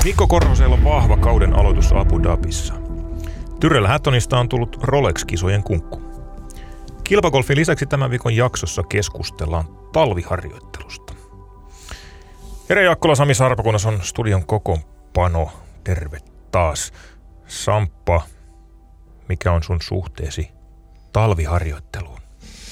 Mikko Korhosella on vahva kauden aloitus Abu Dhabissa. Tyrrell Hattonista on tullut Rolex-kisojen kunkku. Kilpagolfin lisäksi tämän viikon jaksossa keskustellaan talviharjoittelusta. Jere Jaakkola, Sami Sarpakunnas on studion kokoonpano. Terve taas. Samppa, mikä on sun suhteesi talviharjoitteluun?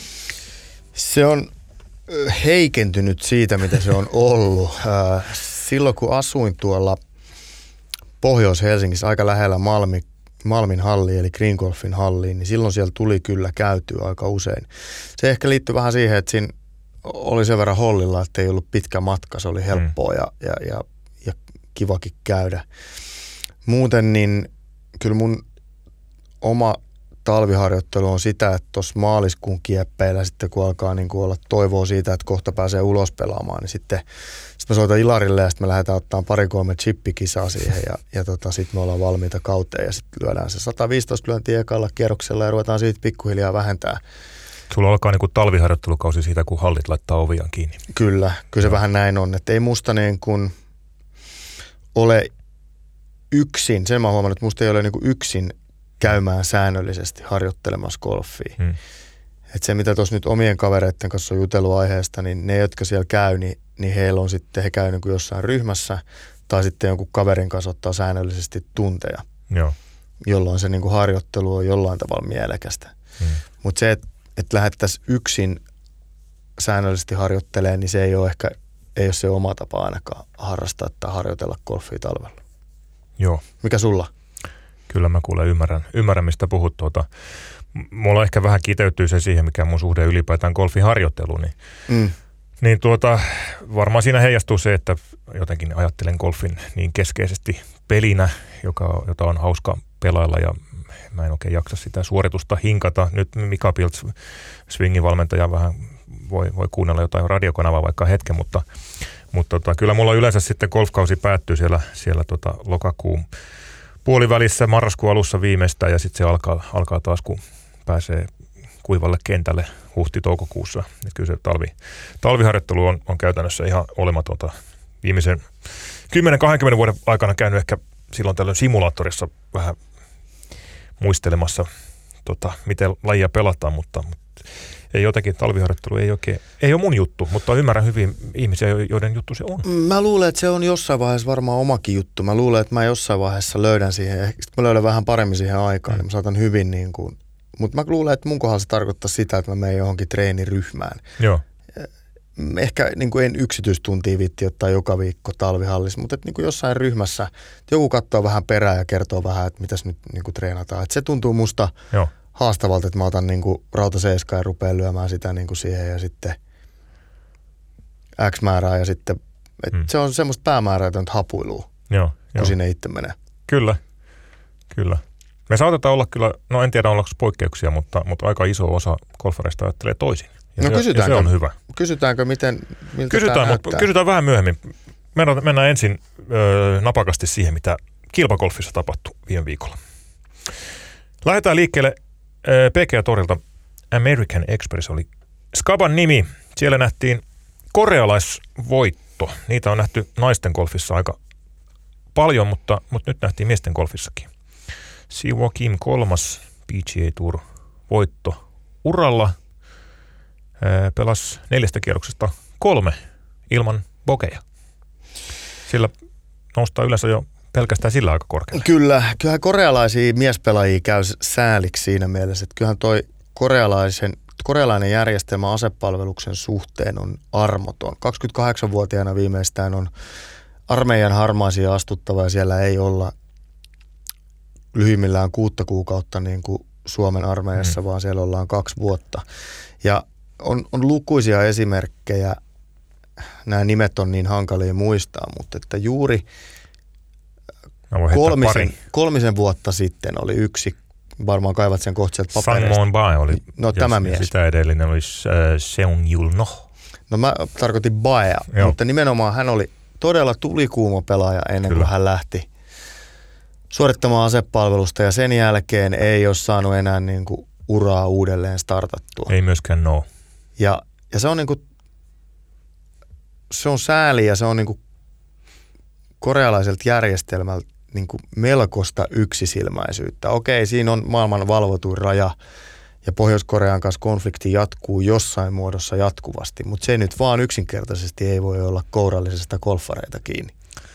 Se on heikentynyt siitä, mitä se on ollut. Silloin kun asuin tuolla Pohjois-Helsingissä aika lähellä Malmin halliin, eli Green Golfin halliin, niin silloin siellä tuli kyllä käytyä aika usein. Se ehkä liittyy vähän siihen, että siinä oli sen verran hollilla, että ei ollut pitkä matka, se oli helppoa ja kivakin käydä. Muuten niin kyllä mun oma talviharjoittelu on sitä, että tuossa maaliskuun kieppeillä sitten kun alkaa niin kuin olla toivoa siitä, että kohta pääsee ulos pelaamaan, niin sitten mä soitan Ilarille ja sitten me lähdetään ottaa 2-3 chippikisaa siihen ja sitten me ollaan valmiita kauteen ja sitten lyödään se 115 lyöntiä ekalla kierroksella ja ruvetaan siitä pikkuhiljaa vähentää. Sulla alkaa niin kuin talviharjoittelukausi siitä, kun hallit laittaa oviaan kiinni. Kyllä se vähän näin on, että ei musta niin kuin ole yksin, sen mä oon huomannut, että musta ei ole niin kuin yksin käymään säännöllisesti harjoittelemassa golfia. Että se, mitä tuossa nyt omien kavereiden kanssa on jutellut aiheesta, niin ne, jotka siellä käy, niin heillä on sitten, he käy niin kuin jossain ryhmässä tai sitten jonkun kaverin kanssa ottaa säännöllisesti tunteja, Joo. jolloin se niin kuin harjoittelu on jollain tavalla mielekästä. Mutta se, että lähdettäisiin yksin säännöllisesti harjoittelemaan, niin se ei ole se oma tapa ainakaan harrastaa tai harjoitella golfia talvella. Joo. Mikä sulla? Kyllä mä kuulen, ymmärrän mistä puhut. Mulla ehkä vähän kiteytyy se siihen, mikä mun suhde ylipäätään golfin harjoitteluun. Niin varmaan siinä heijastuu se, että jotenkin ajattelen golfin niin keskeisesti pelinä, jota on hauska pelailla ja mä en oikein jaksa sitä suoritusta hinkata. Nyt Mika Piltz, swingin valmentaja, vähän voi kuunnella jotain radiokanavaa vaikka hetken, mutta kyllä mulla yleensä sitten golfkausi päättyy siellä lokakuun puolivälissä, marraskuun alussa viimeistään ja sitten se alkaa taas, kun pääsee kuivalle kentälle huhti-toukokuussa. Ja kyllä se talviharjoittelu on käytännössä ihan olematonta. Viimeisen 10-20 vuoden aikana käynyt ehkä silloin tällöin simulaattorissa vähän muistelemassa, miten lajia pelataan, mutta ei jotenkin talviharjoittelu ei ole mun juttu, mutta ymmärrän hyvin ihmisiä, joiden juttu se on. Mä luulen, että se on jossain vaiheessa varmaan omakin juttu. Mä luulen, että mä jossain vaiheessa löydän siihen, ja sitten mä löydän vähän paremmin siihen aikaan, niin mä saatan hyvin niin kuin, mutta mä luulen, että mun kohdalla se tarkoittaa sitä, että mä menen johonkin treeniryhmään. Joo. Ehkä niin kuin en yksityistuntia viitti ottaa joka viikko talvihallissa, mutta niin kuin jossain ryhmässä joku katsoo vähän perään ja kertoo vähän, että mitäs nyt niin kuin treenataan. Että se tuntuu musta haastavalta, että mä otan niin kuin rautaseiskaa ja rupean lyömään sitä niin kuin siihen ja sitten X määrää ja sitten, se on semmoista päämäärää, että nyt hapuilua, kun sinne itse menee. Kyllä. Me saatetaan olla kyllä, no en tiedä ollaanko poikkeuksia, mutta aika iso osa golfareista ajattelee toisin. Ja se on hyvä. Kysytäänkö, miltä tämä näyttää? Kysytään vähän myöhemmin. Mennään ensin napakasti siihen, mitä kilpagolfissa tapahtui viime viikolla. Lähdetään liikkeelle PGA-torilta. American Express oli Skaban nimi. Siellä nähtiin korealaisvoitto. Niitä on nähty naisten golfissa aika paljon, mutta nyt nähtiin miesten golfissakin. Siwoo Kim 3. PGA Tour voitto uralla. Pelasi 4 kierroksesta 3 ilman bogeja. Sillä noustaan yleensä jo pelkästään sillä aika korkealle. Kyllähän korealaisia miespelaajia käy sääliksi siinä mielessä, että kyllähän toi korealainen järjestelmä asepalveluksen suhteen on armoton. 28-vuotiaana viimeistään on armeijan harmaisia astuttava ja siellä ei olla lyhyimmillään 6 kuukautta niin kuin Suomen armeijassa, vaan siellä ollaan 2 vuotta. Ja on lukuisia esimerkkejä, nämä nimet on niin hankalia muistaa, mutta että juuri 3 vuotta sitten oli yksi, varmaan kaivat sen kohta sieltä papereista. Sang Moon Bae oli, tämä mies. Sitä edellinen oli Seung Yul Noh. No mä tarkoitin Baea, mutta nimenomaan hän oli todella tulikuuma pelaaja ennen kuin hän lähti suorittamaan asepalvelusta ja sen jälkeen ei ole saanut enää niin kuin uraa uudelleen startattua. Ei myöskään Ja se on niinku, se on sääli ja se on niinku korealaiselta järjestelmältä niin kuin melkoista yksisilmäisyyttä. Okei, siinä on maailman valvotuin raja ja Pohjois-Korean kanssa konflikti jatkuu jossain muodossa jatkuvasti, mutta se nyt vaan yksinkertaisesti ei voi olla kourallisesta golfareita kiinni.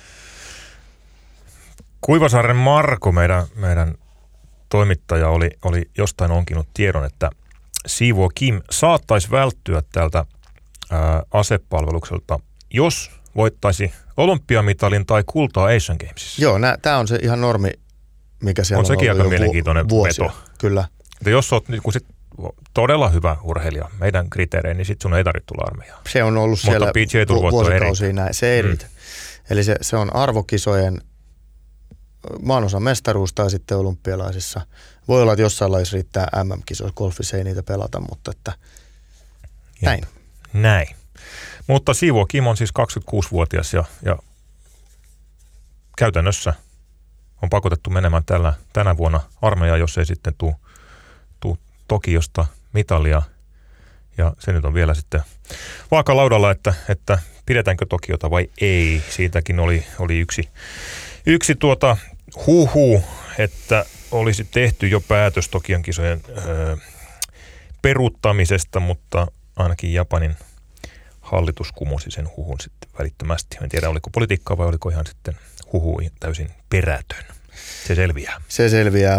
Kuivasaaren Marko, meidän toimittaja, oli jostain onkinut tiedon, että Siwoo Kim saattaisi välttyä tältä asepalvelukselta, jos voittaisi olympiamitalin tai kultaa Asian Gamesissa. Joo, tämä on se ihan normi, mikä siellä on sekin aika mielenkiintoinen vuosia. veto. Kyllä. Että jos olet niin todella hyvä urheilija meidän kriteerein, niin sitten sun ei tarvitse tulla armeijaan. Se on ollut siellä vuosikausia näin. Se ei riitä. Eli se on arvokisojen maanosan mestaruus tai sitten olympialaisissa. Voi olla, että jossain lajissa riittää MM-kisoissa. Golfissa ei niitä pelata, mutta että näin. Näin. Mutta Siwoo Kim on siis 26-vuotias ja käytännössä on pakotettu menemään tänä vuonna armeijaan, jos ei sitten tule Tokiosta mitalia. Ja se nyt on vielä sitten vaakalaudalla, että pidetäänkö Tokiota vai ei. Siitäkin oli yksi huhu, että olisi tehty jo päätös Tokion kisojen peruuttamisesta, mutta ainakin Japanin hallitus kumosi sen huhun sitten välittömästi. En tiedä, oliko politiikkaa vai oliko ihan sitten huhu täysin perätön. Se selviää. Se selviää.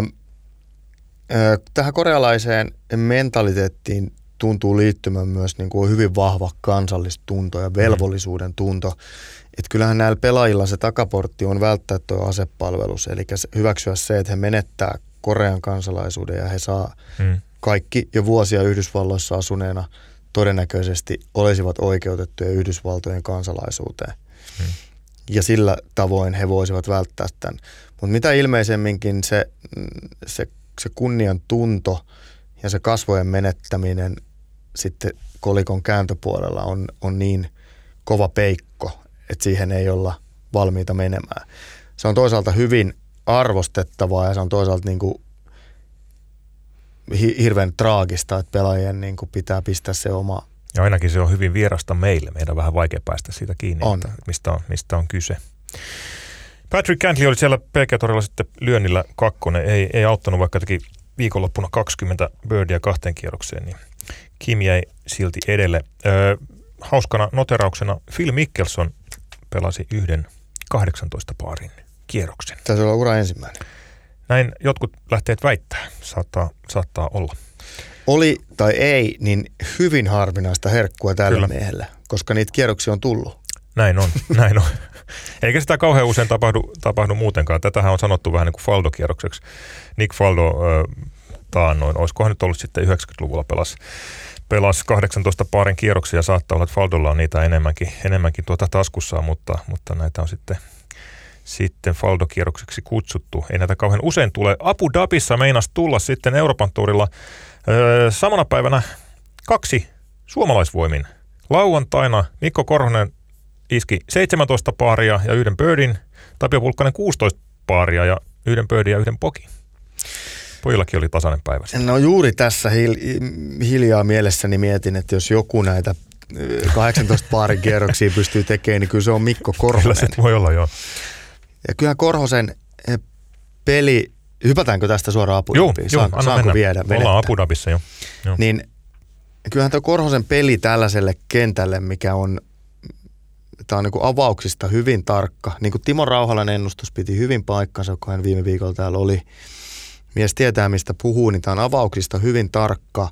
Tähän korealaiseen mentaliteettiin tuntuu liittymään myös niin kuin hyvin vahva kansallistunto ja velvollisuuden tunto. Että kyllähän näillä pelaajilla se takaportti on välttää tuo asepalvelus, eli hyväksyä se, että he menettää Korean kansalaisuuden ja he saa kaikki jo vuosia Yhdysvalloissa asuneena todennäköisesti olisivat oikeutettuja Yhdysvaltojen kansalaisuuteen. Ja sillä tavoin he voisivat välttää tämän. Mutta mitä ilmeisemminkin se kunnian tunto ja se kasvojen menettäminen sitten kolikon kääntöpuolella on niin kova peikko, että siihen ei olla valmiita menemään. Se on toisaalta hyvin arvostettavaa ja se on toisaalta niin kuin hirveän traagista, että pelaajien niin kuin pitää pistää se oma. Ja ainakin se on hyvin vierasta meille. Meidän on vähän vaikea päästä siitä kiinni, mistä on kyse. Patrick Cantley oli siellä PG-torilla sitten lyönnillä 2. Ei auttanut, vaikka teki viikonloppuna 20 birdia 2 kierrokseen, niin Kim jäi silti edelle. Hauskana noterauksena Phil Mickelson pelasi yhden 18 paarin kierroksen. Taisi olla ura ensimmäinen. Näin jotkut lähteet väittää. Saattaa olla. Oli tai ei, niin hyvin harvinaista herkkua tällä miehellä, koska niitä kierroksia on tullut. Näin on. Eikä sitä kauhean usein tapahdu muutenkaan. Tätähän on sanottu vähän niin kuin Faldo-kierrokseksi. Nick Faldo taannoin, olisikohan nyt ollut sitten 90-luvulla pelasi 18 paarin kierroksia. Saattaa olla, että Faldolla on niitä enemmänkin taskussaan, mutta näitä on sitten Faldo-kierrokseksi kutsuttu. Ei näitä kauhean usein tule. Abu Dhabissa meinasi tulla sitten Euroopan tuurilla samana päivänä 2 suomalaisvoimin. Lauantaina Mikko Korhonen iski 17 paaria ja 1 birdin, Tapio Pulkkanen 16 paaria ja 1 birdin ja 1 bokin. Pojillakin oli tasainen päivä. No juuri tässä hiljaa mielessäni mietin, että jos joku näitä 18 paarin kierroksia pystyy tekemään, niin kyllä se on Mikko Korhonen. Kyllä se voi olla, joo. Ja kyllähän Korhosen peli, hypätäänkö tästä suoraan Abu Dhabiin? Saanko viedä venettä? Ollaan Abu Dhabissa, joo. Niin kyllähän tuo Korhosen peli tällaiselle kentälle, mikä on, tämä on niin kuin avauksista hyvin tarkka. Niin kuin Timo Rauhalan ennustus piti hyvin paikkansa, kun hän viime viikolla täällä oli. Mies tietää, mistä puhuu, niin tämä on avauksista hyvin tarkka.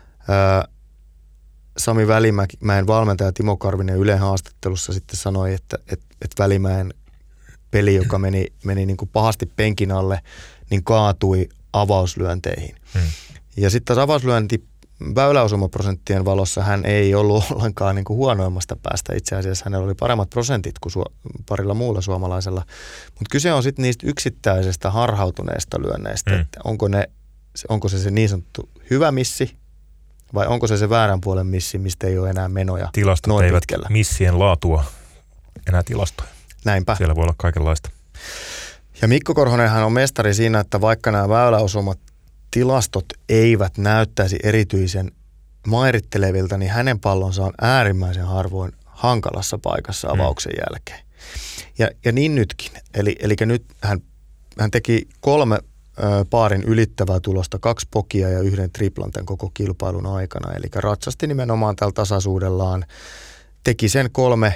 Sami Välimäen valmentaja Timo Karvinen Ylen haastattelussa sitten sanoi, että Välimäen peli, joka meni niin kuin pahasti penkin alle, niin kaatui avauslyönteihin. Ja sitten taas avauslyönti väyläosumaprosenttien valossa hän ei ollut ollenkaan niin kuin huonoimmasta päästä. Itse asiassa hänellä oli paremmat prosentit kuin parilla muulla suomalaisella. Mutta kyse on sitten niistä yksittäisestä harhautuneista lyönneistä, että onko se niin sanottu hyvä missi vai onko se väärän puolen missi, mistä ei ole enää menoja tilastot noin eivät pitkällä. Missien laatua enää tilastoja. Näinpä. Siellä voi olla kaikenlaista. Ja Mikko Korhonenhan on mestari siinä, että vaikka nämä väyläosumat tilastot eivät näyttäisi erityisen mairitteleviltä, niin hänen pallonsa on äärimmäisen harvoin hankalassa paikassa avauksen jälkeen. Ja niin nytkin. Eli nyt hän teki 3 paarin ylittävää tulosta, 2 pokia ja 1 triplan tämän koko kilpailun aikana. Eli ratsasti nimenomaan tällä tasaisuudellaan, teki sen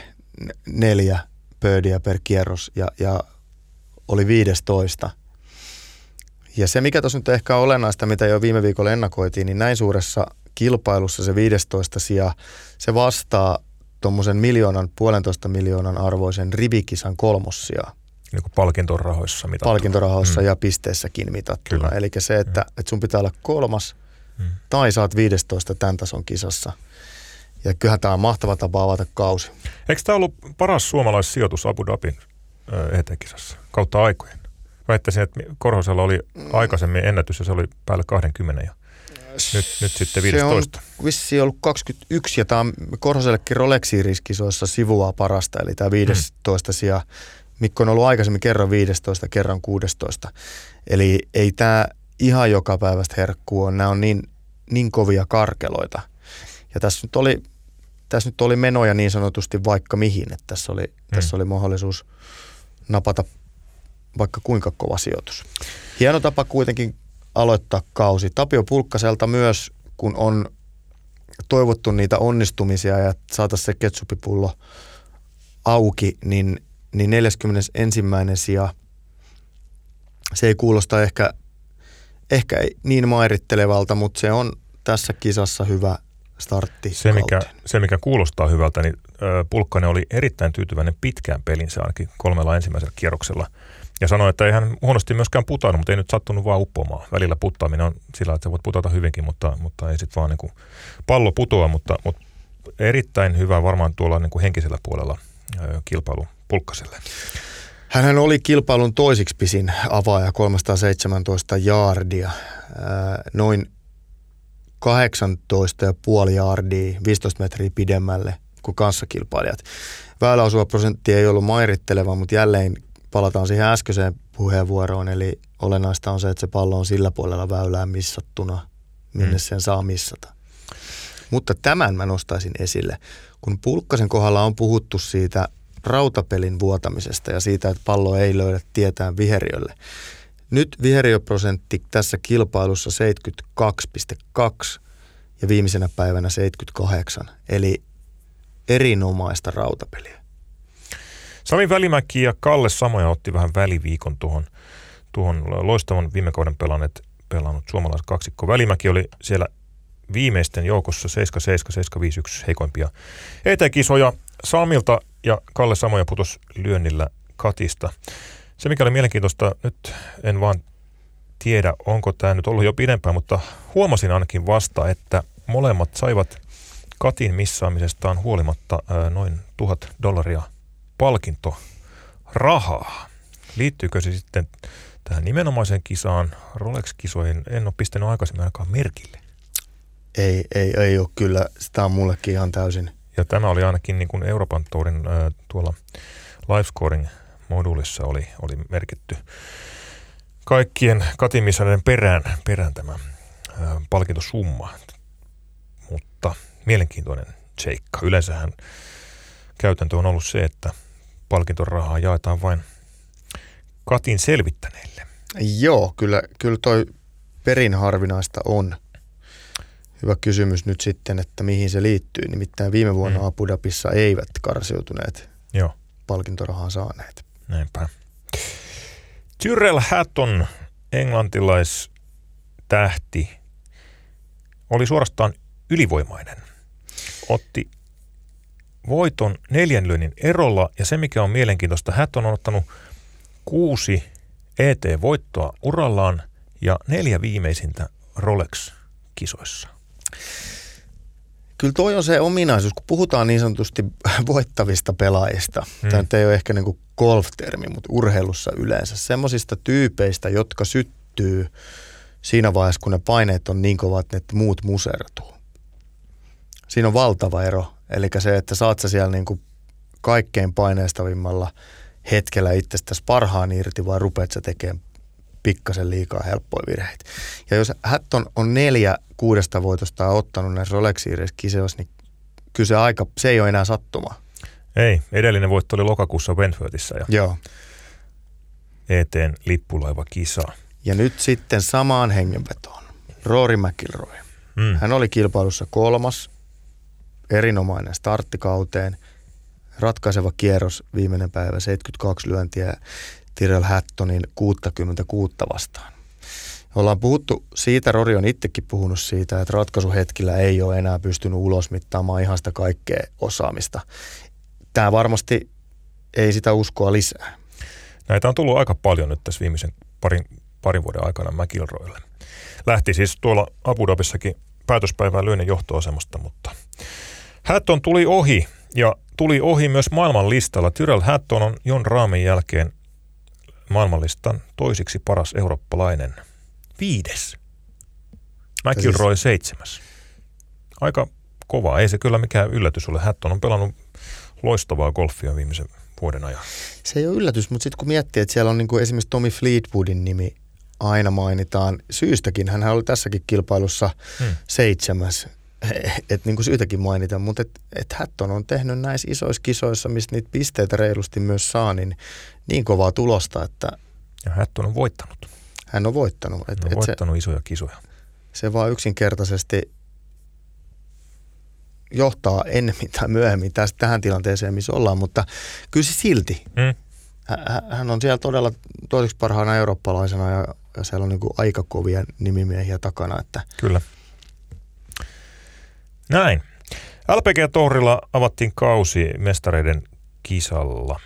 3-4 birdiä per kierros ja oli 15. Ja se, mikä tuossa nyt ehkä on olennaista, mitä jo viime viikolla ennakoitiin, niin näin suuressa kilpailussa se 15 sija, se vastaa tuommoisen 1,5 miljoonan arvoisen rivikisan 3. sijaa. Niin kuin palkintorahoissa mitattuna. Palkintorahoissa ja pisteessäkin mitattuna. Eli se, että sun pitää olla 3. tai saat 15 tämän tason kisassa. Ja kyllähän tämä on mahtava tapa avata kausi. Eikö tämä ollut paras suomalaissijoitus Abu Dhabin ET-kisassa kautta aikojen? Väittäisin, että Korhosella oli aikaisemmin ennätys ja se oli päälle 20 ja nyt sitten 15. Se on vissiin ollut 21 ja tämä on Korhosellekin Rolex-riskisoissa sivuaa parasta, eli tämä 15 sija. Mikko on ollut aikaisemmin kerran 15, kerran 16. Eli ei tämä ihan joka päivästä herkkuu ole. Nämä on niin kovia karkeloita. Ja tässä nyt oli menoja niin sanotusti vaikka mihin. Että tässä oli mahdollisuus napata vaikka kuinka kova sijoitus. Hieno tapa kuitenkin aloittaa kausi. Tapio Pulkkaselta myös, kun on toivottu niitä onnistumisia ja saataisiin se ketsupipullo auki, niin 41. sija, se ei kuulosta ehkä niin mairittelevalta, mutta se on tässä kisassa hyvä startti. Se, mikä kuulostaa hyvältä, niin Pulkkanen oli erittäin tyytyväinen pitkään pelinsä ainakin 3 ensimmäisellä kierroksella. Ja sanoi, että ei hän huonosti myöskään putannut, mutta ei nyt sattunut vaan uppoamaan. Välillä puttaaminen on sillä, että sä voit putata hyvinkin, mutta ei sitten vaan niin kuin pallo putoa, mutta erittäin hyvä varmaan tuolla niin kuin henkisellä puolella kilpailu Pulkkaselle. Hänhän oli kilpailun toisiksi pisin avaaja, 317 jaardia, noin 18,5 jaardia, 15 metriä pidemmälle kuin kanssakilpailijat. Väyläosumaprosentti ei ollut mairitteleva, mutta jälleen palataan siihen äskeiseen puheenvuoroon, eli olennaista on se, että se pallo on sillä puolella väylää missattuna, minne sen saa missata. Mutta tämän mä nostaisin esille, kun Pulkkasen kohdalla on puhuttu siitä rautapelin vuotamisesta ja siitä, että pallo ei löydä tietään viheriölle. Nyt viheriöprosentti tässä kilpailussa 72,2 ja viimeisenä päivänä 78, eli erinomaista rautapeliä. Sami Välimäki ja Kalle Samoja otti vähän väliviikon tuohon loistavan viime kauden pelannut suomalaiskaksikko. Välimäki oli siellä viimeisten joukossa 7-7-7-5-1 heikoimpia ET-kisoja. Samilta ja Kalle Samoja putosi lyönnillä katista. Se, mikä oli mielenkiintoista, nyt en vaan tiedä, onko tämä nyt ollut jo pidempään, mutta huomasin ainakin vasta, että molemmat saivat katin missaamisestaan huolimatta noin $1,000 palkintorahaa. Liittyykö se sitten tähän nimenomaiseen kisaan, Rolex-kisoihin? En ole pistänyt aikaisemmin ainakaan merkille. Ei ole kyllä. Sitä on mullekin ihan täysin. Ja tämä oli ainakin niin kuin Euroopan Tourin tuolla LiveScoring-moduulissa oli merkitty kaikkien katimissarjojen perään tämä palkintosumma. Mutta mielenkiintoinen seikka. Yleensähän käytäntö on ollut se, että palkintorahaa jaetaan vain katin selvittäneille. Joo, kyllä toi perin harvinaista on. Hyvä kysymys nyt sitten, että mihin se liittyy. Nimittäin viime vuonna Abu Dhabissa eivät karsiutuneet palkintorahaa saaneet. Näinpä. Tyrrell Hatton, englantilaistähti, oli suorastaan ylivoimainen. Otti voiton 4 lyönnin erolla, ja se mikä on mielenkiintoista, Hatton on ottanut 6 ET-voittoa urallaan ja 4 viimeisintä Rolex-kisoissa. Kyllä toi on se ominaisuus, kun puhutaan niin sanotusti voittavista pelaajista. Tämä ei ole ehkä niin kuin golf-termi, mutta urheilussa yleensä. Semmoisista tyypeistä, jotka syttyy siinä vaiheessa, kun ne paineet on niin kovat, että muut musertuu. Siinä on valtava ero. Eli se, että saat sä siellä niin kuin kaikkein paineistavimmalla hetkellä itsestäsi parhaan irti, vai rupeat sä tekemään pikkasen liikaa helppoja virheitä. Ja jos Hatton on 4 6 voitosta ottanut näissä Rolex-kisoissa, niin kyllä se ei ole enää sattumaa. Ei, edellinen voitto oli lokakuussa Wentworthissa ja Joo. ET:n lippulaiva-kisa. Ja nyt sitten samaan hengenvetoon. Rory McIlroy. Hän oli kilpailussa 3. Erinomainen starttikauteen. Ratkaiseva kierros, viimeinen päivä, 72 lyöntiä Tyrrell Hattonin 66 vastaan. Ollaan puhuttu siitä, Rory on itsekin puhunut siitä, että ratkaisuhetkillä ei ole enää pystynyt ulosmittaamaan ihan sitä kaikkea osaamista. Tämä varmasti ei sitä uskoa lisää. Näitä on tullut aika paljon nyt tässä viimeisen parin vuoden aikana McIlroylle. Lähti siis tuolla Abu Dhabissakin päätöspäivään lyönnin johtoasemasta, mutta Hatton tuli ohi ja tuli ohi myös maailmanlistalla. Tyrrell Hatton on Jon Rahmin jälkeen maailmanlistan toisiksi paras eurooppalainen. 5. McIlroy 7. Aika kova. Ei se kyllä mikään yllätys ole. Hatton on pelannut loistavaa golfia viimeisen vuoden ajan. Se ei ole yllätys, mutta sitten kun miettii, että siellä on niin kuin esimerkiksi Tommy Fleetwoodin nimi aina mainitaan syystäkin. Hänhän oli tässäkin kilpailussa 7. Että niin kuin syytäkin mainita, mutta et Hatton on tehnyt näissä isoissa kisoissa, mistä niitä pisteitä reilusti myös saa, niin kovaa tulosta, että... Ja Hatton on voittanut. Hän on voittanut. Hän on voittanut isoja kisoja. Se vaan yksinkertaisesti johtaa ennemmin tai myöhemmin tähän tilanteeseen, missä ollaan, mutta kyllä se silti. Hän on siellä todella toiseksi parhaana eurooppalaisena ja siellä on niin kuin aika kovia nimimiehiä takana. Että kyllä. Näin. LPG-tourilla avattiin kausi mestareiden kisalla.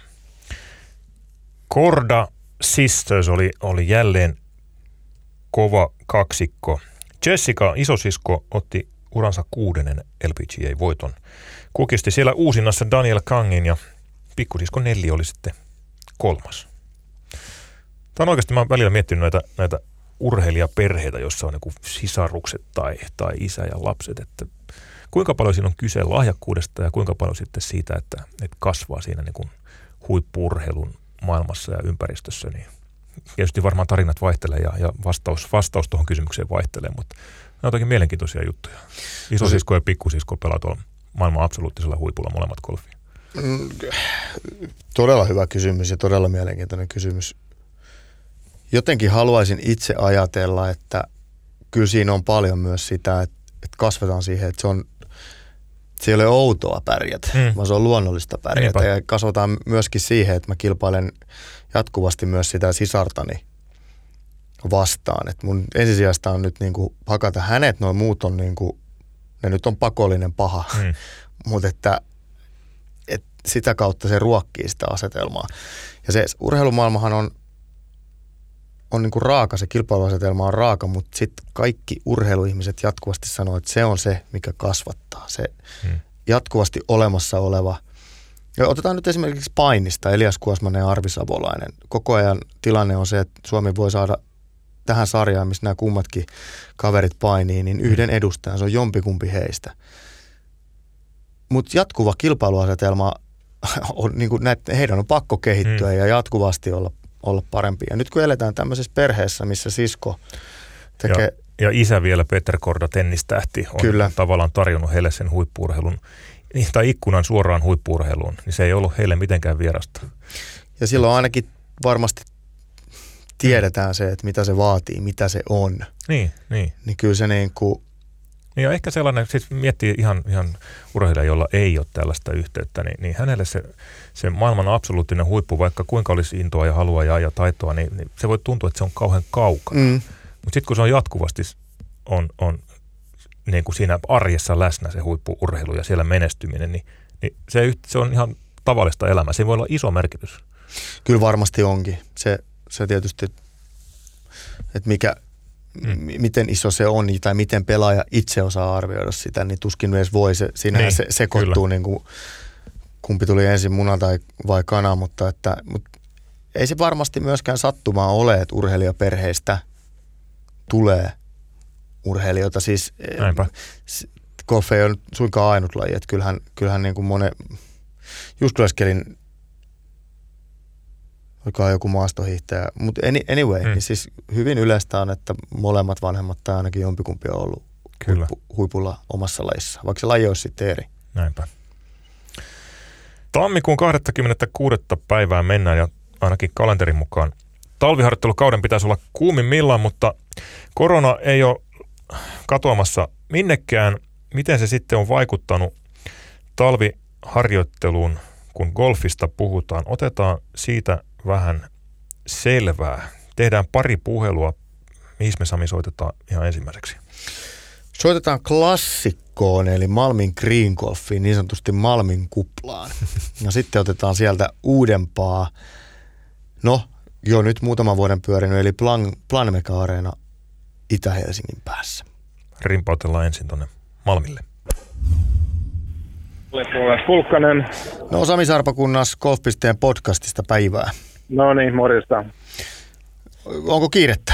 Korda Sisters oli jälleen kova kaksikko. Jessica, isosisko, otti uransa 6. LPGA-voiton. Kukisti siellä uusinnassa Daniel Kangin ja pikkusisko Nelli oli sitten 3. Tämä on oikeasti, mä oon välillä miettinyt näitä urheilijaperheitä, jossa on joku sisarukset tai isä ja lapset, että kuinka paljon siinä on kyse lahjakkuudesta ja kuinka paljon sitten siitä, että kasvaa siinä niin kuin huippu-urheilun maailmassa ja ympäristössä. Niin tietysti varmaan tarinat vaihtelee ja vastaus tuohon kysymykseen vaihtelee, mutta nämä on jotakin mielenkiintoisia juttuja. Isosisko ja pikkusisko pelaa tuolla maailman absoluuttisella huipulla molemmat golfia. Todella hyvä kysymys ja todella mielenkiintoinen kysymys. Jotenkin haluaisin itse ajatella, että kyllä siinä on paljon myös sitä, että kasvetaan siihen, että se ei ole outoa pärjätä, vaan se on luonnollista pärjätä. Niinpä. Ja kasvataan myöskin siihen, että mä kilpailen jatkuvasti myös sitä sisartani vastaan. Että mun ensisijaista on nyt niin kuin hakata hänet, noin muut on niin kuin, ne nyt on pakollinen paha, mutta että sitä kautta se ruokkii sitä asetelmaa. Ja se urheilumaailmahan on niin kuin raaka, se kilpailuasetelma on raaka, mutta sitten kaikki urheiluihmiset jatkuvasti sanoo, että se on se, mikä kasvattaa. Se jatkuvasti olemassa oleva. Ja otetaan nyt esimerkiksi painista, Elias Kuosmanen ja Arvi Savolainen. Koko ajan tilanne on se, että Suomi voi saada tähän sarjaan, missä nämä kummatkin kaverit painii, niin yhden edustajan, se on jompikumpi heistä. Mutta jatkuva kilpailuasetelma on niin kuin heidän on pakko kehittyä ja jatkuvasti olla parempi. Ja nyt kun eletään tämmöisessä perheessä, missä sisko tekee... Ja isä vielä, Peter Korda, tennistähti, on kyllä tavallaan tarjonnut heille sen huippu-urheilun, tai ikkunan suoraan huippu-urheiluun, niin se ei ollut heille mitenkään vierasta. Ja silloin ainakin varmasti tiedetään se, että mitä se vaatii, mitä se on. Niin. Niin kyllä se niin kuin... Ja ehkä sellainen, siis miettii ihan urheilija, jolla ei ole tällaista yhteyttä, niin hänelle se maailman absoluuttinen huippu, vaikka kuinka olisi intoa ja halua ja taitoa, niin se voi tuntua, että se on kauhean kaukana. Mutta sitten kun se on jatkuvasti on niin kuin siinä arjessa läsnä se huippu-urheilu ja siellä menestyminen, niin se on ihan tavallista elämää. Se voi olla iso merkitys. Kyllä varmasti onkin. Se tietysti, että miten iso se on tai miten pelaaja itse osaa arvioida sitä, niin tuskin edes voi. Siinähän se sekoittuu, niin kuin, kumpi tuli ensin, muna vai kana, mutta ei se varmasti myöskään sattumaa ole, että urheilijaperheistä tulee urheilijoita. Siis golf ei ole suinkaan ainut laji, että kyllähän niin kuin just läskelin olikohan joku maastohiihtäjä, mutta anyway, niin siis hyvin yleistä on, että molemmat vanhemmat tai ainakin jompikumpi on ollut huipulla omassa lajissa, vaikka se laji olisi sitten eri. Näinpä. Tammikuun 26. päivää mennään ja ainakin kalenterin mukaan talviharjoittelukauden pitäisi olla kuumimmillaan, mutta korona ei ole katoamassa minnekään. Miten se sitten on vaikuttanut talviharjoitteluun, kun golfista puhutaan? Otetaan siitä vähän selvää. Tehdään pari puhelua. Mihin me, Sami, soitetaan ihan ensimmäiseksi? Soitetaan klassikkoon, eli Malmin green golfiin, niin sanotusti Malmin kuplaan. Ja sitten otetaan sieltä uudempaa, jo nyt muutaman vuoden pyörinyt, eli Planmeka Areena Itä-Helsingin päässä. Rimpautellaan ensin tuonne Malmille. Pulkkanen. No, Sami Sarpakunnas Golf.teen podcastista päivää. No niin, morjesta. Onko kiirettä?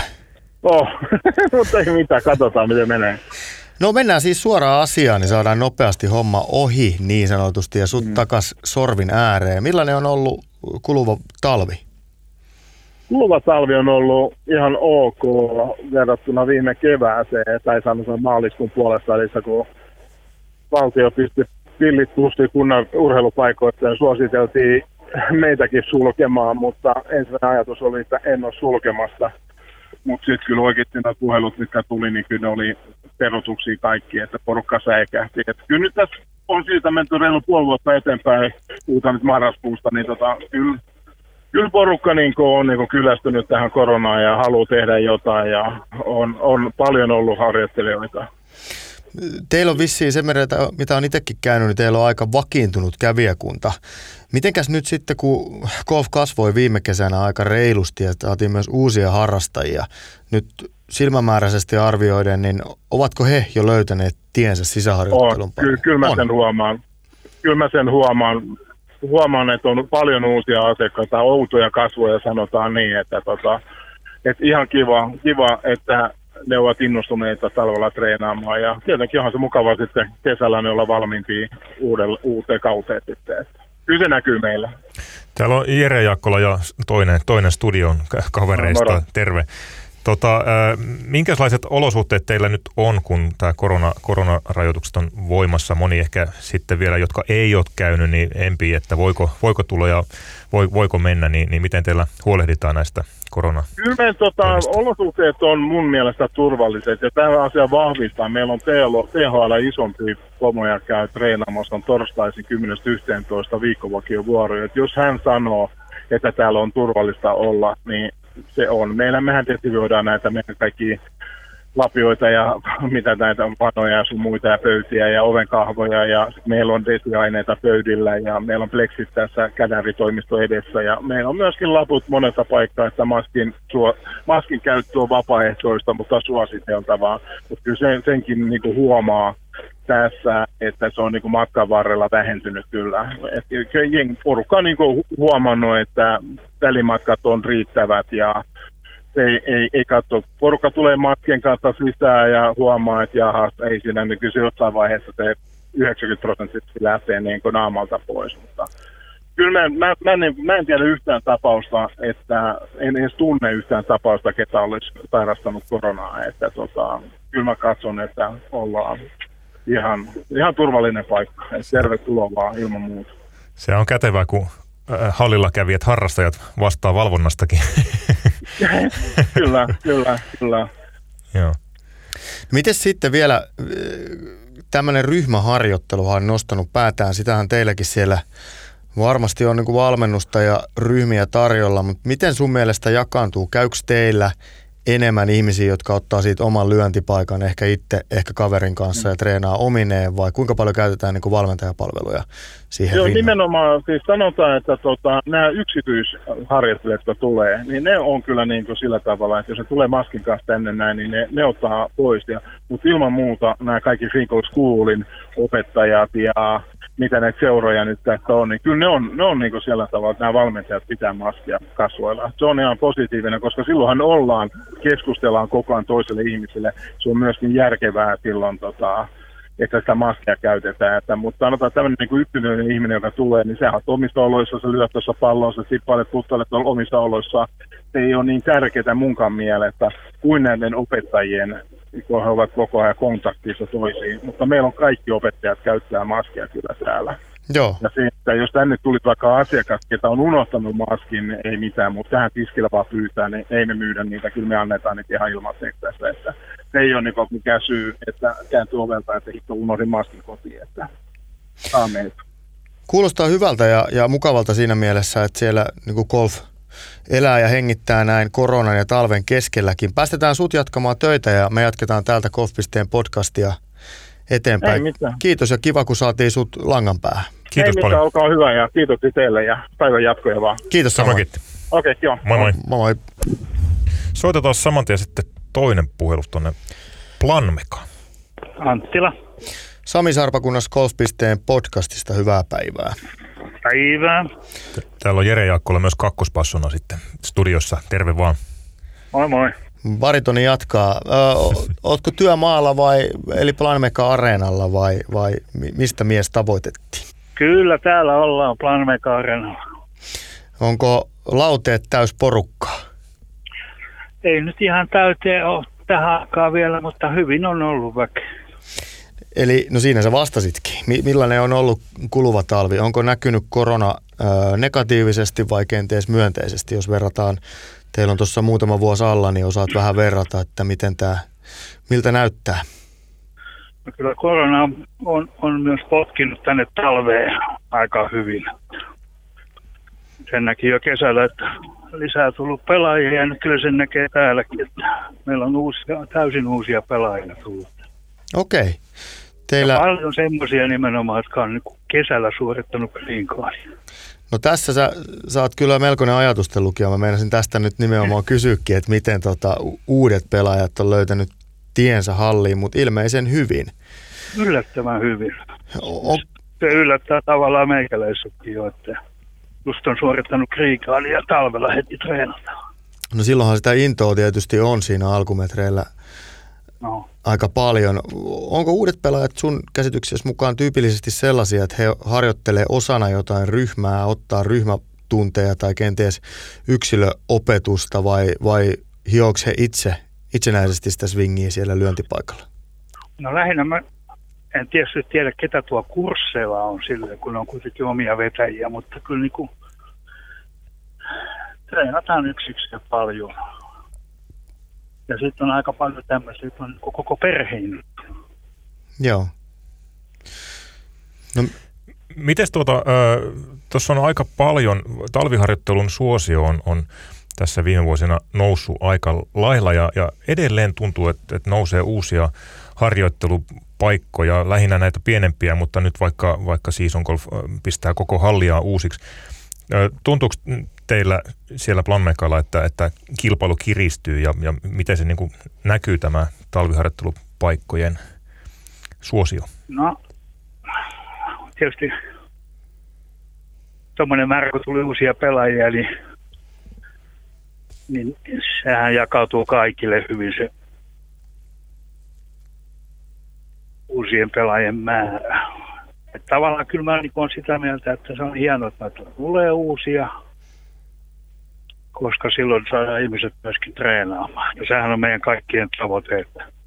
Mutta ei mitään, katsotaan miten menee. No, mennään siis suoraan asiaan, niin saadaan nopeasti homma ohi niin sanotusti ja sut takas sorvin ääreen. Millainen on ollut kuluva talvi? Kuluva talvi on ollut ihan ok verrattuna viime kevääseen, tai sanotaan maaliskuun puolesta välissä, kun valtio pisti pillit pussiin kunnan urheilupaikoista ja suositeltiin meitäkin sulkemaan, mutta ensimmäinen ajatus oli, että en ole sulkemassa. Mutta sitten kyllä oikeasti nämä puhelut, mitkä tuli, niin kyllä ne oli perutuksia kaikki, että porukka säikähti. Et kyllä nyt tässä on siitä menty reilu puoli vuotta eteenpäin, puhutaan nyt marraskuusta, niin kyllä porukka on kyllästynyt tähän koronaan ja haluaa tehdä jotain ja on paljon ollut harjoittelijoita. Teillä on vissiin sen verran, mitä on itsekin käynyt, niin teillä on aika vakiintunut kävijäkunta. Mitenkäs nyt sitten, kun golf kasvoi viime kesänä aika reilusti ja saatiin myös uusia harrastajia, nyt silmämääräisesti arvioiden, niin ovatko he jo löytäneet tiensä sisäharjoittelun pariin? Kyllä mä sen huomaan. Kyllä mä sen huomaan, että on paljon uusia asiakkaita, outoja kasvoja, sanotaan niin, että ihan kiva, että ne ovat innostuneita talvella treenaamaan ja tietenkin onhan se mukavaa sitten kesällä ne olla valmiimpia uuteen kauteen sitten. Kyllä se näkyy meillä. Täällä on Jere Jaakkola ja toinen studion kavereista. Terve. Minkälaiset olosuhteet teillä nyt on, kun tämä koronarajoitukset on voimassa? Moni ehkä sitten vielä, jotka ei ole käynyt, niin empii, että voiko tulla ja voiko mennä, niin miten teillä huolehditaan näistä korona? Kyllä olosuhteet on mun mielestä turvalliset ja tämä asia vahvistaa. Meillä on THL isompi pomoja käy treenaamassa on torstaisin 10.11 viikkovakiovuoroja. Jos hän sanoo, että täällä on turvallista olla, niin se on. Mehän desinfioidaan näitä meidän kaikki lapioita ja mitä näitä on, panoja ja sun muita ja pöytiä ja ovenkahvoja ja meillä on desiaineita pöydillä ja meillä on pleksit tässä kädäritoimisto edessä ja meillä on myöskin laput monelta paikkaa, että maskin käyttö on vapaaehtoista, mutta suositeltavaa. Mutta kyllä senkin huomaa tässä, että se on matkan varrella vähentynyt kyllä. Porukka on huomannut, että välimatkat on riittävät ja ei katso. Porukka tulee matkien kanssa sisään ja huomaa, että ei siinä, niin kyllä jossain vaiheessa se 90% lähtee naamalta pois. Mutta kyllä mä en tiedä yhtään tapausta, että en edes tunne yhtään tapausta, ketä olisi sairastanut koronaa. Että kyllä mä katson, että ollaan ihan turvallinen paikka. Tervetuloa vaan ilman muuta. Se on kätevää, kun hallilla kävijät harrastajat vastaa valvonnastakin. Kyllä. Joo. Mites sitten vielä tämmöinen ryhmäharjoitteluhan on nostanut päätään, sitähän teilläkin siellä varmasti on valmennusta ja ryhmiä tarjolla, mutta miten sun mielestä jakaantuu? Käykö teillä enemmän ihmisiä, jotka ottaa siitä oman lyöntipaikan ehkä itse, ehkä kaverin kanssa ja treenaa omineen, vai kuinka paljon käytetään valmentajapalveluja siihen Joo, rinnaan? nimenomaan, siis sanotaan, että nämä yksityisharjoittelijat, jotka tulee, niin ne on kyllä sillä tavalla, että jos ne tulee maskin kanssa tänne näin, niin ne ottaa pois. Mutta ilman muuta nämä kaikki Green Golf Schoolin opettajat ja mitä näitä seuroja nyt tässä on, niin kyllä ne on sillä tavalla, että nämä valmentajat pitää maskia kasvoilla. Se on ihan positiivinen, koska silloinhan keskustellaan koko ajan toiselle ihmiselle. Se on myöskin järkevää silloin, että sitä maskia käytetään. Mutta sanotaan tämmöinen yksilöllinen ihminen, joka tulee, niin sehän on omissa oloissa, se lyö tuossa pallossa, sippailet puttalet omissa oloissa. Se ei ole niin tärkeää munkaan mielestä kuin näiden opettajien, kun he ovat koko ajan kontaktissa toisiin. Mutta meillä on kaikki opettajat käyttää maskia kyllä täällä. Joo. Ja se, että jos tänne tuli vaikka asiakas, ketä on unohtanut maskin, niin ei mitään, mutta tähän tiskillä vaan pyytää, niin ei me myydä niitä, kyllä me annetaan niitä ihan ilmaiseksi tässä, että se ei ole niin mikään syy, että kääntyy ovelta, että hitto unohdin maskin kotiin, että saa meitä. Kuulostaa hyvältä ja mukavalta siinä mielessä, että siellä niin golf elää ja hengittää näin koronan ja talven keskelläkin. Päästetään sut jatkamaan töitä ja me jatketaan täältä Golf.pisteen podcastia eteenpäin. Kiitos ja kiva, kun saatiin sut langan päähän. Kiitos ei paljon. Olkaa hyvä ja kiitos teille ja päivän jatkoja vaan. Kiitos samoin. Okei, joo. Moi moi. Moi. Soitetaan saman tien sitten toinen puhelu tuonne Planmekaan. Anttila. Sami Sarpakunnas Golf.pisteen podcastista, hyvää päivää. Päivää. Täällä on Jere Jaakkola myös kakkospassona sitten studiossa. Terve vaan. Moi moi. Baritoni jatkaa. Ootko työmaalla eli Planmeka Areenalla vai mistä mies tavoitettiin? Kyllä täällä ollaan Planmeka Areenalla. Onko lauteet täys porukkaa? Ei nyt ihan täyteen ole tähän aikaan vielä, mutta hyvin on ollut väkeä. Eli no siinä sä vastasitkin. Millainen on ollut kuluva talvi? Onko näkynyt korona negatiivisesti vai kenties myönteisesti, jos verrataan? Teillä on tuossa muutama vuosi alla, niin osaat vähän verrata, että miltä näyttää? No kyllä korona on myös potkinut tänne talveen aika hyvin. Sen näki jo kesällä, että lisää tullut pelaajia ja nyt kyllä sen näkee täälläkin, että meillä on täysin uusia pelaajia tullut. Okei. Ja paljon semmoisia nimenomaan, jotka on kesällä suorittanut Greencardin. No tässä sä oot kyllä melkoinen ajatusten lukija. Mä meinasin tästä nyt nimenomaan kysyäkin, että miten uudet pelaajat on löytänyt tiensä halliin, mutta ilmeisen hyvin. Yllättävän hyvin. Se yllättää tavallaan meikäläissäkin jo, että just on suorittanut Greencardin ja talvella heti treenataan. No silloinhan sitä intoa tietysti on siinä alkumetreillä. No. Aika paljon. Onko uudet pelaajat sun käsityksesi mukaan tyypillisesti sellaisia, että he harjoittelee osana jotain ryhmää, ottaa ryhmätunteja tai kenties yksilöopetusta vai hioks he itsenäisesti sitä swingiä siellä lyöntipaikalla? No lähinnä mä en tietysti tiedä, ketä tuo kursseilla on silleen, kun on kuitenkin omia vetäjiä, mutta kyllä niin treenataan yksikseen paljon. Ja sitten on aika paljon tämmöistä, että on koko perheen. Joo. No, mites tuossa on aika paljon, talviharjoittelun suosio on tässä viime vuosina noussut aika lailla ja edelleen tuntuu, että nousee uusia harjoittelupaikkoja, lähinnä näitä pienempiä, mutta nyt vaikka Season Golf pistää koko hallia uusiksi. Tuntuuko teillä siellä Planmekalla, että kilpailu kiristyy ja miten se niin kuin näkyy tämä talviharjoittelupaikkojen suosio? No, tietysti tuommoinen määrä, kun tuli uusia pelaajia, niin sehän jakautuu kaikille hyvin se uusien pelaajien määrä. Että tavallaan kyllä mä olen sitä mieltä, että se on hienoa, että tulee uusia, koska silloin saadaan ihmiset myöskin treenaamaan. Ja sehän on meidän kaikkien tavoite,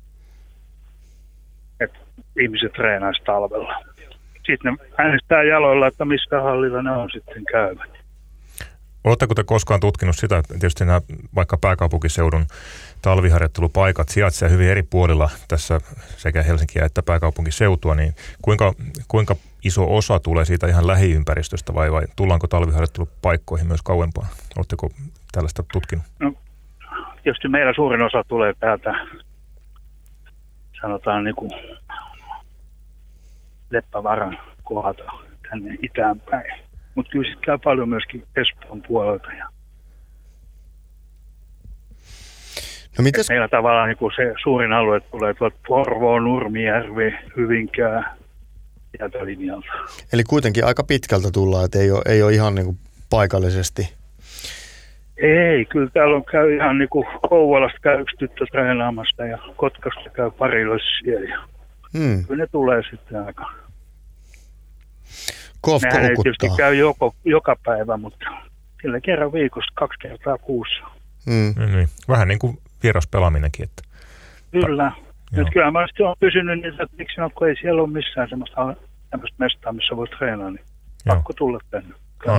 että ihmiset treenaisi talvella. Sitten ne äänestää jaloilla, että mistä hallilla ne on sitten käyvät. Oletteko te koskaan tutkinut sitä, että tietysti nämä vaikka pääkaupunkiseudun talviharjoittelupaikat sijaitsevat hyvin eri puolilla tässä sekä Helsinkiä että pääkaupunkiseutua, niin kuinka iso osa tulee siitä ihan lähiympäristöstä vai tullaanko talviharjoittelupaikkoihin myös kauempaa? Oletteko tällaista tutkinut? No, tietysti meillä suurin osa tulee täältä, sanotaan niin kuin Leppävaran kohdalta tänne itään päin. Mutta kyllä sitten käy paljon myöskin Espoon puolelta. No mites? Meillä tavallaan niin se suurin alue tulee tuolta Porvoo, Nurmijärvi, Hyvinkää ja linjalta. Eli kuitenkin aika pitkältä tullaan, että ei ole ihan niin kuin paikallisesti. Ei, kyllä täällä käy ihan niin kuin Kouvolasta käy yksi tyttö treenaamassa ja Kotkasta käy pari lössiä. Kyllä ne tulee sitten aika. Nehän ei tietysti käy joka päivä, mutta kyllä kerran viikossa 2 kertaa kuussa. Niin. Vähän niin kuin vieraspelaaminenkin. Että. Kyllä. Nyt kyllä mä olen pysynyt niin, että miksi ei siellä ole missään semmoista mestaa, missä voi treenaa. Niin pakko tulla tänne.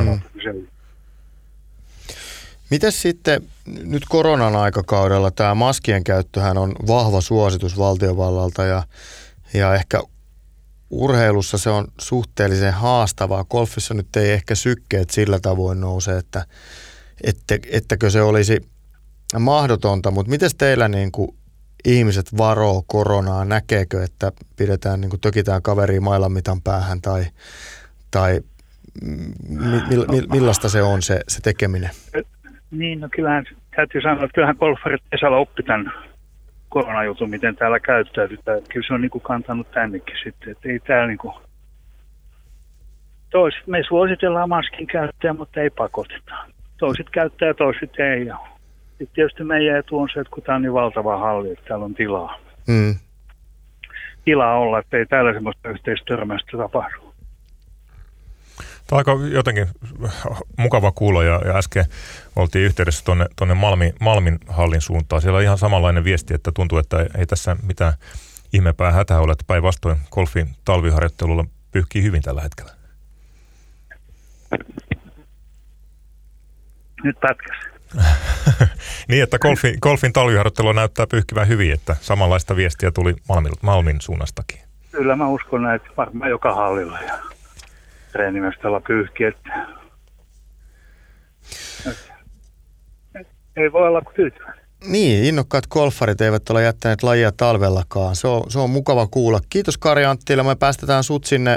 Mites sitten nyt koronan aikakaudella tämä maskien käyttöhän on vahva suositus valtiovallalta ja ehkä urheilussa se on suhteellisen haastavaa. Golfissa nyt ei ehkä sykkeet sillä tavoin nouse, ettäkö se olisi mahdotonta, mutta miten teillä niin kuin ihmiset varoo koronaa? Näkeekö, että pidetään, niin kuin tökitään kaveria mailan mitan päähän tai millaista se on se tekeminen? Niin, no kyllähän täytyy sanoa, että kyllähän golfarit kesällä oppi tämän koronajutun, miten täällä käyttäytytään. Kyllä se on niin kuin kantanut tännekin sitten, että ei täällä niin kuin toiset, me suositellaan maskin käyttäjä, mutta ei pakoteta. Toiset käyttää, toiset ei. Ja sitten tietysti meidän etu on se, että kun tämä on niin valtava halli, että täällä on tilaa. Tilaa olla, että ei täällä semmoista yhteistörmästä tapahdu. Tämä on aika jotenkin mukava kuulla ja äsken oltiin yhteydessä tuonne Malmin hallin suuntaan. Siellä on ihan samanlainen viesti, että tuntuu, että ei tässä mitään ihmeempää hätää ole, että päinvastoin golfin talviharjoittelulla pyyhkii hyvin tällä hetkellä. Nyt pätkäs. Niin, että golfin talviharjoittelu näyttää pyyhkivän hyvin, että samanlaista viestiä tuli Malmin suunnastakin. Kyllä mä uskon näin, että varmaan joka hallilla ja treenimestalla pyyhki, että ei voi olla kuin tyytyväinen. Niin, innokkaat golfarit eivät ole jättäneet lajia talvellakaan. Se on mukava kuulla. Kiitos Kari Anttila, me päästetään sut sinne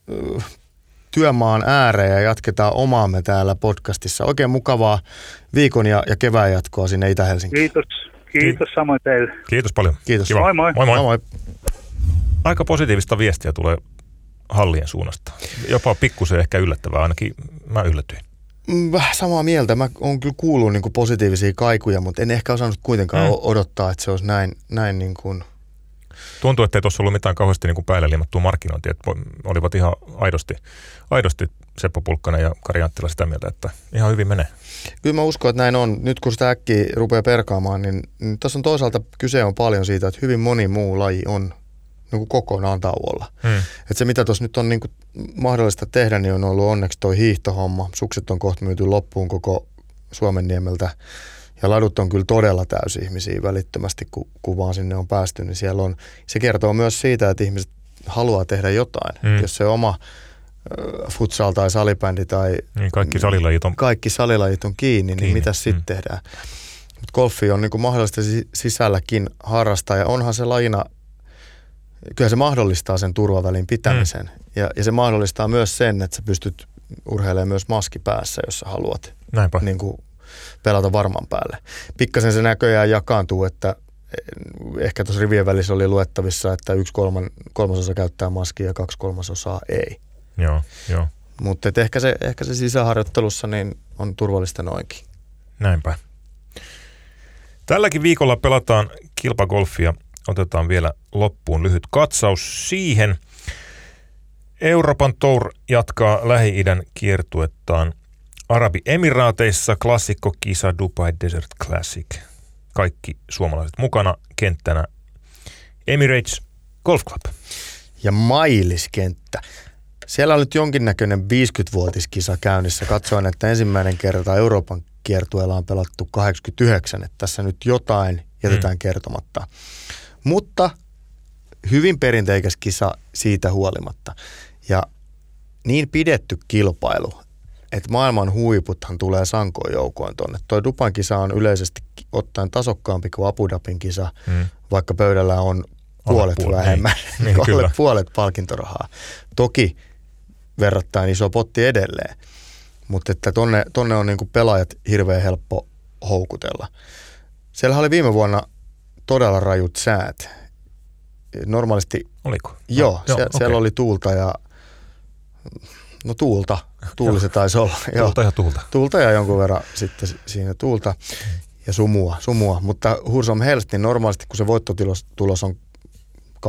työmaan ääreen ja jatketaan omaamme täällä podcastissa. Oikein mukavaa viikon ja kevään jatkoa sinne Itä-Helsinkiin. Kiitos samoin teille. Kiitos paljon. Kiitos. Kiva. Moi moi. Moi moi. Aika positiivista viestiä tulee hallien suunnasta. Jopa pikkusen ehkä yllättävää, ainakin mä yllätyin. Vähän samaa mieltä. Mä oon kyllä kuullut niin kuin positiivisia kaikuja, mutta en ehkä osannut kuitenkaan odottaa, että se olisi näin niin kuin... Tuntuu, että ei tuossa ollut mitään kauheasti niin kuin päälle liimattua markkinointia, että olivat ihan aidosti Seppo Pulkkanen ja Kari Anttila sitä mieltä, että ihan hyvin menee. Kyllä mä uskon, että näin on. Nyt kun sitä äkkiä rupeaa perkaamaan, niin tässä on toisaalta kyse on paljon siitä, että hyvin moni muu laji on niin kuin kokonaan tauolla. Että se mitä tuossa nyt on niin kuin mahdollista tehdä, niin on ollut onneksi toi hiihtohomma. Sukset on kohta myyty loppuun koko Suomenniemeltä. Ja ladut on kyllä todella täysi ihmisiä välittömästi, kun vaan sinne on päästy, niin siellä on. Se kertoo myös siitä, että ihmiset haluaa tehdä jotain. Jos se oma futsal tai salibändi tai... Niin kaikki salilajit on kiinni, niin mitä sitten tehdään? Mutta golfi on niinku mahdollista sisälläkin harrastaa ja onhan se lajina, kyllä se mahdollistaa sen turvavälin pitämisen. Ja se mahdollistaa myös sen, että sä pystyt urheilemaan myös maski päässä, jos sä haluat. Näinpä. Niinku pelata varman päälle. Pikkasen se näköjään jakaantuu, että ehkä tuossa rivien välissä oli luettavissa, että 1/3 käyttää maskia ja 2/3 ei. Joo. Mutta ehkä se sisäharjoittelussa niin on turvallista noinkin. Näinpä. Tälläkin viikolla pelataan kilpagolfia. Otetaan vielä loppuun lyhyt katsaus siihen. Euroopan Tour jatkaa Lähi-idän kiertuettaan Arabiemiraateissa, klassikkokisa Dubai Desert Classic. Kaikki suomalaiset mukana kenttänä Emirates Golf Club. Ja Mailis-kenttä. Siellä on nyt jonkinnäköinen 50-vuotiskisa käynnissä. Katsoin, että ensimmäinen kerta Euroopan kiertueella on pelattu 89, että tässä nyt jotain jätetään kertomatta. Mutta hyvin perinteikäs kisa siitä huolimatta. Ja niin pidetty kilpailu, että maailman huiputhan tulee sankoin joukoin tonne. Toi Dubain kisa on yleisesti ottaen tasokkaampi kuin Abu Dhabin kisa, vaikka pöydällä on puolet vähemmän, niin puolet palkintorahaa. Toki verrattain iso potti edelleen, mutta että tonne on niinku pelaajat hirveän helppo houkutella. Siellä oli viime vuonna todella rajut säät. Normaalisti... Oliko? Joo, siellä oli tuulta ja... No tuuli se taisi olla. Tuulta ja jonkun verran sitten siinä tuulta ja sumua. Mutta Hursom Helst, niin normaalisti kun se voittotulos on 23-24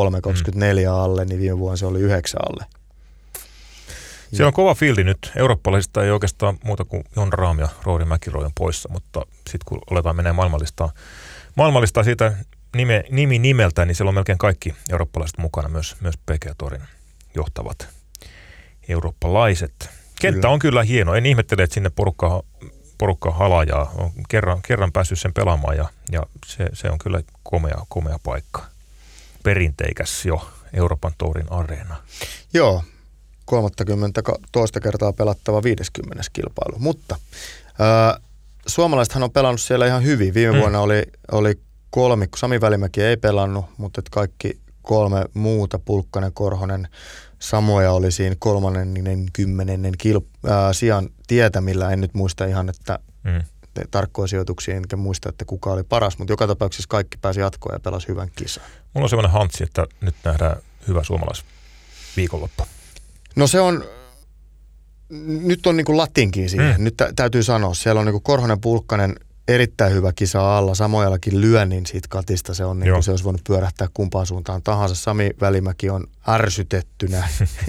alle, niin viime vuonna se oli 9 alle. Siellä on kova fiildi nyt. Eurooppalaisista ei oikeastaan muuta kuin Jon Rahm ja Rory McIlroy on poissa, mutta sitten kun aletaan menee maailmallistaa siitä nimi nimeltä, niin siellä on melkein kaikki eurooppalaiset mukana, myös PGA Tourin johtavat eurooppalaiset. Kenttä on kyllä hieno. En ihmettele, että sinne porukka halajaa. On kerran päässyt sen pelaamaan ja se on kyllä komea paikka. Perinteikäs jo Euroopan tourin areena. Joo, 32 kertaa pelattava 50. kilpailu. Mutta suomalaisethan on pelannut siellä ihan hyvin. Viime vuonna oli kolmikko. Sami Välimäki ei pelannut, mutta kaikki 3 muuta, Pulkkanen, Korhonen, Samoja oli siinä 30. sijan tietämillä. En nyt muista ihan, että tarkkoja sijoituksia, enkä muista, että kuka oli paras, mutta joka tapauksessa kaikki pääsi jatkoon ja pelasi hyvän kisan. Mulla on sellainen hantsi, että nyt nähdään hyvä suomalaisviikonloppu. No se on, nyt on niin kuin latinkin siihen. Nyt täytyy sanoa, siellä on niin kuin Korhonen, Pulkkanen, erittäin hyvä kisa alla. Samojallakin lyönnin siitä katista. Se on niin kuin se olisi voinut pyörähtää kumpaan suuntaan tahansa. Sami Välimäki on ärsytettynä.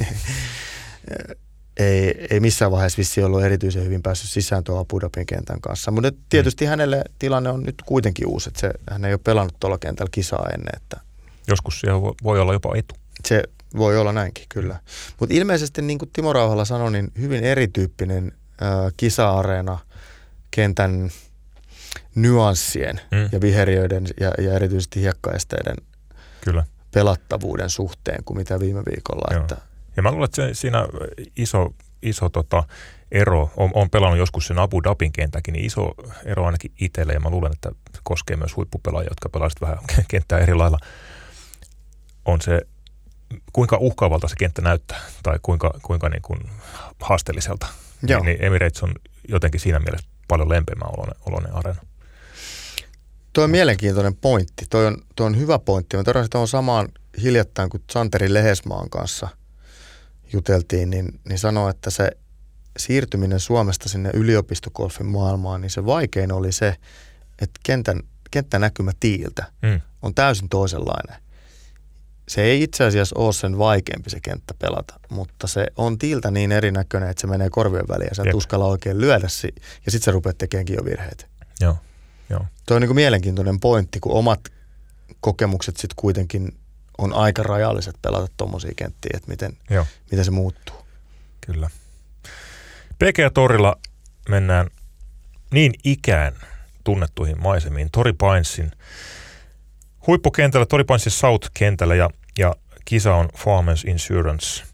ei missään vaiheessa vissi ollut erityisen hyvin päässyt sisään tuon Abu Dhabin kentän kanssa. Mutta tietysti hänelle tilanne on nyt kuitenkin uusi. Että hän ei ole pelannut tuolla kentällä kisaa ennen. Että joskus siellä voi olla jopa etu. Se voi olla näinkin, kyllä. Mutta ilmeisesti, niin kuin Timo Rauhala sanoi, niin hyvin erityyppinen kisa-areena kentän nyanssien ja viheriöiden ja erityisesti hiekkaesteiden pelattavuuden suhteen kuin mitä viime viikolla. Että ja mä luulen, että siinä iso ero, on pelannut joskus sen Abu Dhabin kentäkin, niin iso ero ainakin itselle, ja mä luulen, että se koskee myös huippupelaajia, jotka pelasivat vähän kenttää eri lailla, on se, kuinka uhkaavalta se kenttä näyttää, tai kuinka niin kuin haasteelliselta. Niin Emirates on jotenkin siinä mielessä paljon lempeämmän oloinen areena. Tuo on mielenkiintoinen pointti. Tuo on hyvä pointti. Mä törmäsin tuohon samaan hiljattain, kun Santeri Lehesmaan kanssa juteltiin, niin sanoi, että se siirtyminen Suomesta sinne yliopistokolfin maailmaan, niin se vaikein oli se, että kenttänäkymä tiiltä on täysin toisenlainen. Se ei itse asiassa ole sen vaikeampi se kenttä pelata, mutta se on tiiltä niin erinäköinen, että se menee korvien väliin ja sä et uskalla oikein lyödä ja sit sä rupeat tekemäänkin jo virheitä. Joo. Tuo on niin kuin mielenkiintoinen pointti, kun omat kokemukset sitten kuitenkin on aika rajalliset pelata tommosia kenttiä, että miten se muuttuu. Kyllä. PGA-torilla mennään niin ikään tunnettuihin maisemiin. Torrey Pines huippukentällä, Torrey Pinesin South-kentällä ja kisa on Farmers Insurance.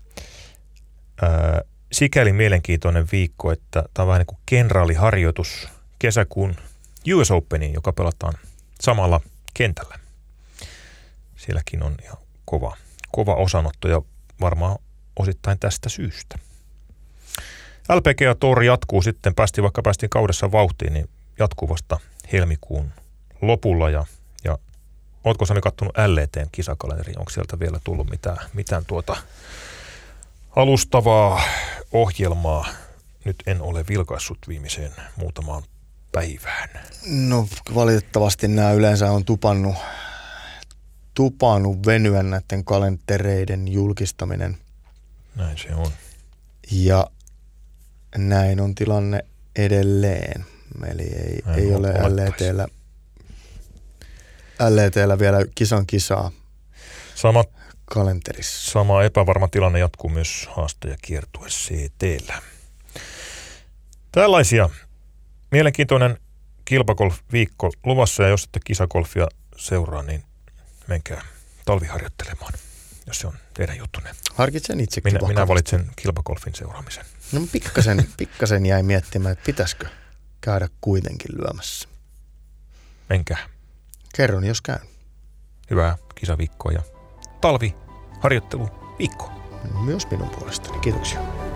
Sikäli mielenkiintoinen viikko, että tämä on vähän niin kuin kenraaliharjoitus kesäkuun US Openiin, joka pelataan samalla kentällä. Sielläkin on ihan kova osanotto ja varmaan osittain tästä syystä. LPGA Tour jatkuu sitten, päästiin kaudessa vauhtiin, niin jatkuu vasta helmikuun lopulla ja ootko Sami kattonut LET:n kisakalenderiin? Onko sieltä vielä tullut mitään alustavaa ohjelmaa? Nyt en ole vilkaissut viimeiseen muutamaan päivään. No valitettavasti nämä yleensä on tupannut venyä näiden kalentereiden julkistaminen. Näin se on. Ja näin on tilanne edelleen. Eli ei ole LET:llä vielä kisaa kalenterissa. Sama epävarma tilanne jatkuu myös haastajakiertue CT:llä. Tällaisia. Mielenkiintoinen kilpagolf-viikko luvassa, ja jos ette kisagolfia seuraa, niin menkää talviharjoittelemaan, jos se on teidän juttunne. Harkitsen itsekin Minä valitsen kilpagolfin seuraamisen. No pikkasen jäi miettimään, että pitäisikö käydä kuitenkin lyömässä. Menkää. Kerron, jos käyn. Hyvää kisaviikkoa ja talviharjoitteluviikkoa. Myös minun puolestani. Kiitoksia.